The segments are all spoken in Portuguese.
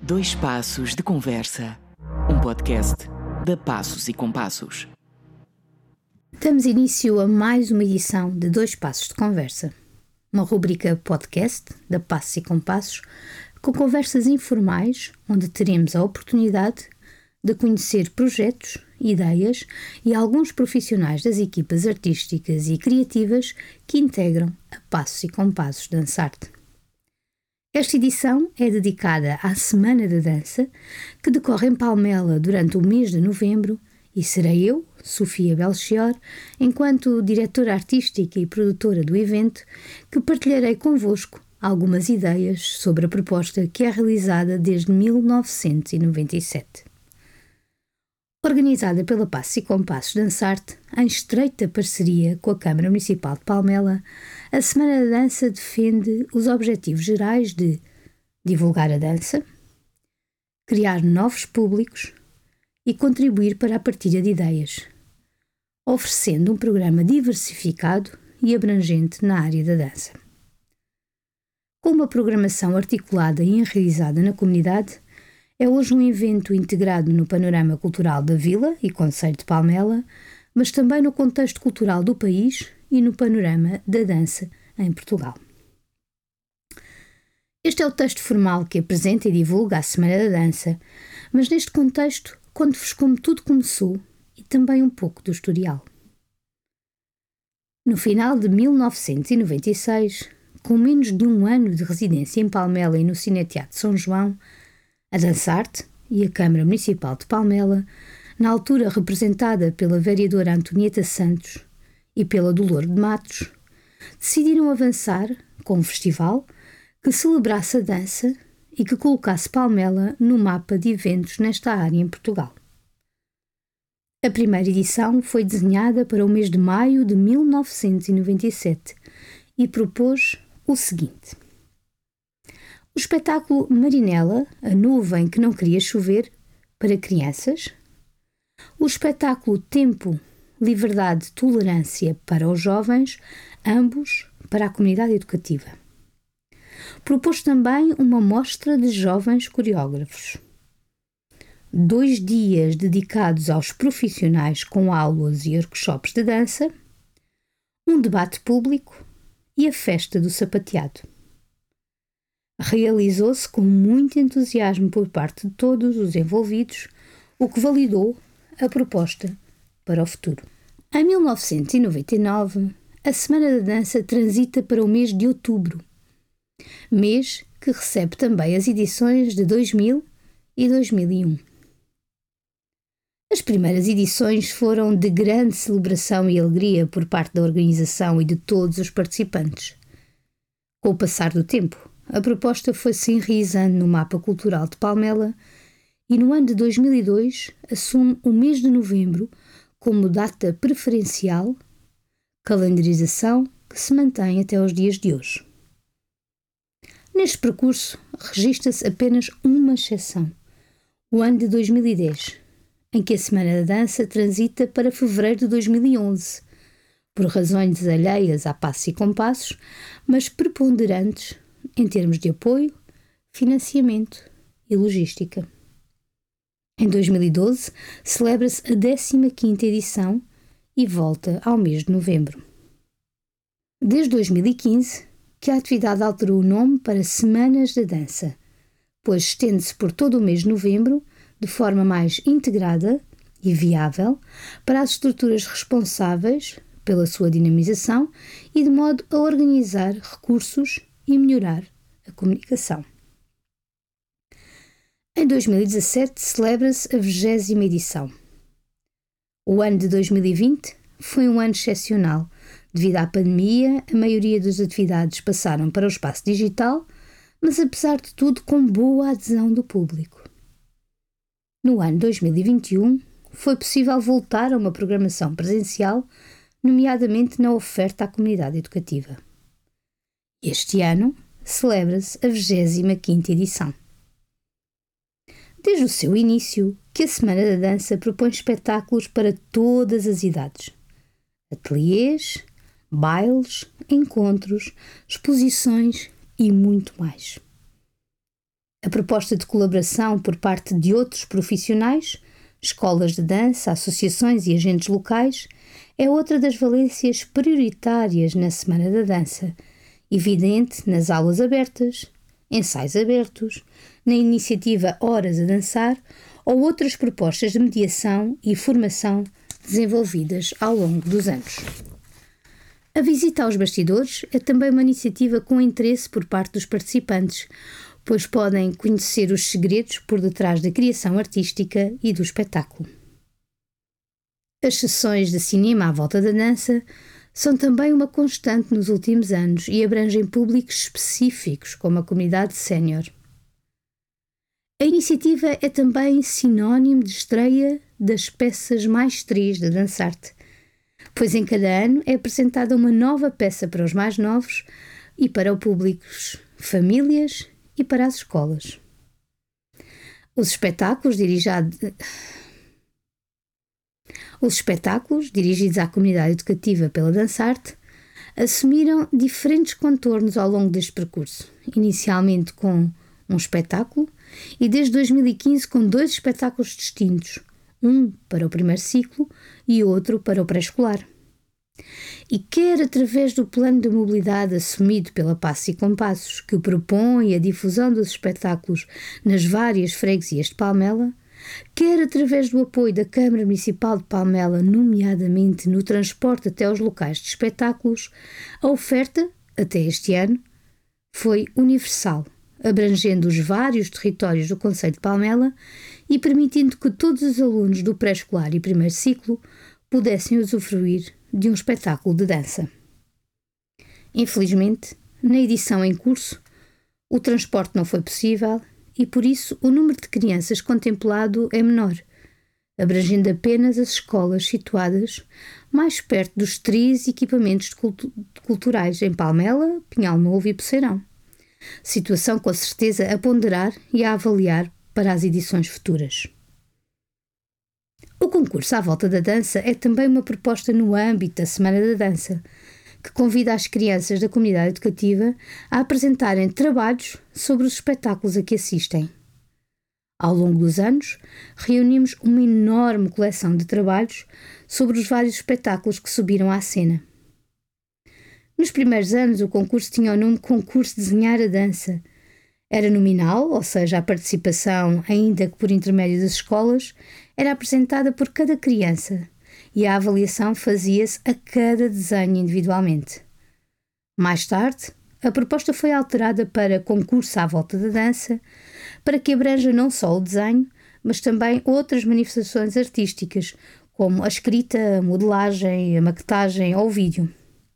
Dois Passos de Conversa, um podcast da Passos e Compassos. Damos início a mais uma edição de Dois Passos de Conversa, uma rubrica podcast da Passos e Compassos com conversas informais onde teremos a oportunidade de conhecer projetos, ideias e alguns profissionais das equipas artísticas e criativas que integram a Passos e Compassos Dançarte. Esta edição é dedicada à Semana da Dança, que decorre em Palmela durante o mês de novembro, e serei eu, Sofia Belchior, enquanto diretora artística e produtora do evento, que partilharei convosco algumas ideias sobre a proposta que é realizada desde 1997. Organizada pela Passos e Compassos Dançarte, em estreita parceria com a Câmara Municipal de Palmela, a Semana da Dança defende os objetivos gerais de divulgar a dança, criar novos públicos e contribuir para a partilha de ideias, oferecendo um programa diversificado e abrangente na área da dança. Com uma programação articulada e enraizada na comunidade, é hoje um evento integrado no panorama cultural da Vila e Concelho de Palmela, mas também no contexto cultural do país e no panorama da dança em Portugal. Este é o texto formal que apresenta e divulga a Semana da Dança, mas neste contexto conto-vos como tudo começou e também um pouco do historial. No final de 1996, com menos de um ano de residência em Palmela e no Cineteatro São João, a Dançarte e a Câmara Municipal de Palmela, na altura representada pela vereadora Antonieta Santos e pela Dolor de Matos, decidiram avançar com um festival que celebrasse a dança e que colocasse Palmela no mapa de eventos nesta área em Portugal. A primeira edição foi desenhada para o mês de maio de 1997 e propôs o seguinte: o espetáculo Marinela, a nuvem que não queria chover, para crianças. O espetáculo Tempo, Liberdade, Tolerância para os jovens, ambos para a comunidade educativa. Propôs também uma mostra de jovens coreógrafos. 2 dias dedicados aos profissionais com aulas e workshops de dança, um debate público e a festa do sapateado. Realizou-se com muito entusiasmo por parte de todos os envolvidos, o que validou a proposta para o futuro. Em 1999, a Semana da Dança transita para o mês de outubro, mês que recebe também as edições de 2000 e 2001. As primeiras edições foram de grande celebração e alegria por parte da organização e de todos os participantes. Com o passar do tempo, a proposta foi-se enraizando no mapa cultural de Palmela e no ano de 2002 assume o mês de novembro como data preferencial, calendarização que se mantém até os dias de hoje. Neste percurso, registra-se apenas uma exceção, o ano de 2010, em que a Semana da Dança transita para fevereiro de 2011, por razões alheias a Passos e Compassos, mas preponderantes em termos de apoio, financiamento e logística. Em 2012, celebra-se a 15ª edição e volta ao mês de novembro. Desde 2015, que a atividade alterou o nome para Semanas da Dança, pois estende-se por todo o mês de novembro, de forma mais integrada e viável para as estruturas responsáveis pela sua dinamização e de modo a organizar recursos e melhorar a comunicação. Em 2017 celebra-se a 20ª edição. O ano de 2020 foi um ano excepcional. Devido à pandemia, a maioria das atividades passaram para o espaço digital, mas apesar de tudo com boa adesão do público. No ano 2021 foi possível voltar a uma programação presencial, nomeadamente na oferta à comunidade educativa. Este ano celebra-se a 25ª edição. Desde o seu início, que a Semana da Dança propõe espetáculos para todas as idades. Ateliês, bailes, encontros, exposições e muito mais. A proposta de colaboração por parte de outros profissionais, escolas de dança, associações e agentes locais, é outra das valências prioritárias na Semana da Dança, evidente nas aulas abertas, ensaios abertos, na iniciativa Horas a Dançar ou outras propostas de mediação e formação desenvolvidas ao longo dos anos. A visita aos bastidores é também uma iniciativa com interesse por parte dos participantes, pois podem conhecer os segredos por detrás da criação artística e do espetáculo. As sessões de cinema à volta da dança são também uma constante nos últimos anos e abrangem públicos específicos, como a comunidade sénior. A iniciativa é também sinónimo de estreia das peças maestris da Dançarte, pois em cada ano é apresentada uma nova peça para os mais novos e para o público, famílias e para as escolas. Os espetáculos dirigidos à comunidade educativa pela Dançarte assumiram diferentes contornos ao longo deste percurso, inicialmente com um espetáculo e desde 2015 com 2 espetáculos distintos, um para o primeiro ciclo e outro para o pré-escolar. E quer através do plano de mobilidade assumido pela Passos e Compassos, que propõe a difusão dos espetáculos nas várias freguesias de Palmela, quer através do apoio da Câmara Municipal de Palmela, nomeadamente no transporte até aos locais de espetáculos, a oferta, até este ano, foi universal, abrangendo os vários territórios do concelho de Palmela e permitindo que todos os alunos do pré-escolar e primeiro ciclo pudessem usufruir de um espetáculo de dança. Infelizmente, na edição em curso, o transporte não foi possível e, por isso, o número de crianças contemplado é menor, abrangendo apenas as escolas situadas mais perto dos 3 equipamentos culturais em Palmela, Pinhal Novo e Poceirão. Situação com certeza a ponderar e a avaliar para as edições futuras. O concurso à volta da dança é também uma proposta no âmbito da Semana da Dança, que convida as crianças da comunidade educativa a apresentarem trabalhos sobre os espetáculos a que assistem. Ao longo dos anos, reunimos uma enorme coleção de trabalhos sobre os vários espetáculos que subiram à cena. Nos primeiros anos, o concurso tinha o nome Concurso de Desenhar a Dança. Era nominal, ou seja, a participação, ainda que por intermédio das escolas, era apresentada por cada criança e a avaliação fazia-se a cada desenho individualmente. Mais tarde, a proposta foi alterada para Concurso à Volta da Dança, para que abranja não só o desenho, mas também outras manifestações artísticas, como a escrita, a modelagem, a maquetagem ou o vídeo.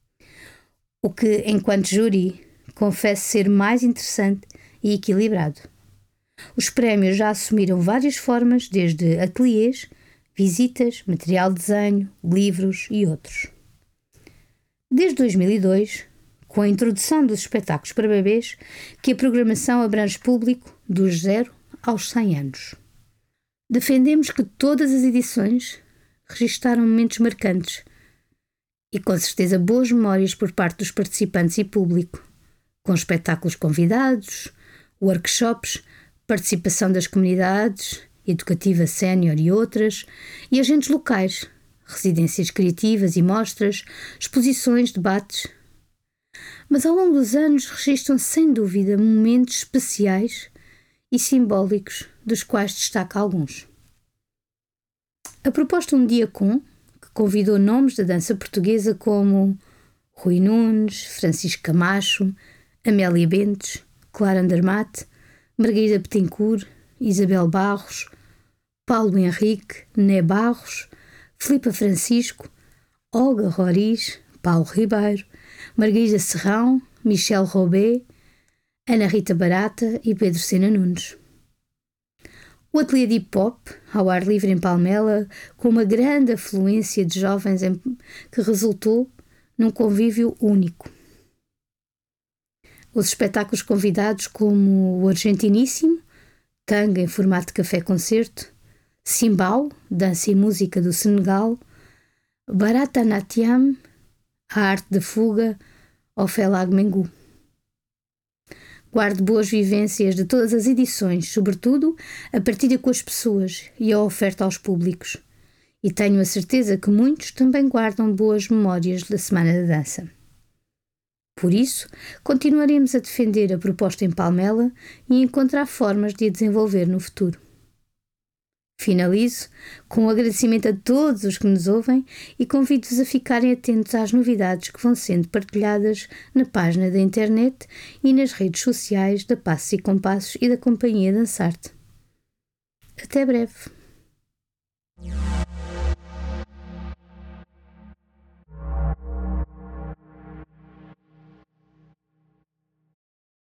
O que, enquanto júri, confesso ser mais interessante e equilibrado. Os prémios já assumiram várias formas, desde ateliês, visitas, material de desenho, livros e outros. Desde 2002, com a introdução dos espetáculos para bebês, que a programação abrange público dos 0 aos 100 anos. Defendemos que todas as edições registaram momentos marcantes e com certeza boas memórias por parte dos participantes e público, com espetáculos convidados, workshops, participação das comunidades, educativa sénior e outras, e agentes locais, residências criativas e mostras, exposições, debates. Mas ao longo dos anos registram sem dúvida momentos especiais e simbólicos, dos quais destaco alguns. A proposta Um Dia Com, que convidou nomes da dança portuguesa como Rui Nunes, Francisco Camacho, Amélia Bentes, Clara Andermatt, Margarida Bettencourt, Isabel Barros, Paulo Henrique, Né Barros, Filipa Francisco, Olga Roriz, Paulo Ribeiro, Margarida Serrão, Michel Robé, Ana Rita Barata e Pedro Sena Nunes. O ateliê de hip-hop, ao ar livre em Palmela, com uma grande afluência de jovens que resultou num convívio único. Os espetáculos convidados como o Argentiníssimo, Tanga em formato de café-concerto, Simbau, dança e música do Senegal, Bharatanatyam, a arte da fuga, ou Felag Mengu. Guardo boas vivências de todas as edições, sobretudo a partilha com as pessoas e a oferta aos públicos. E tenho a certeza que muitos também guardam boas memórias da Semana da Dança. Por isso, continuaremos a defender a proposta em Palmela e encontrar formas de a desenvolver no futuro. Finalizo com um agradecimento a todos os que nos ouvem e convido-vos a ficarem atentos às novidades que vão sendo partilhadas na página da internet e nas redes sociais da Passos e Compassos e da Companhia Dançarte. Até breve!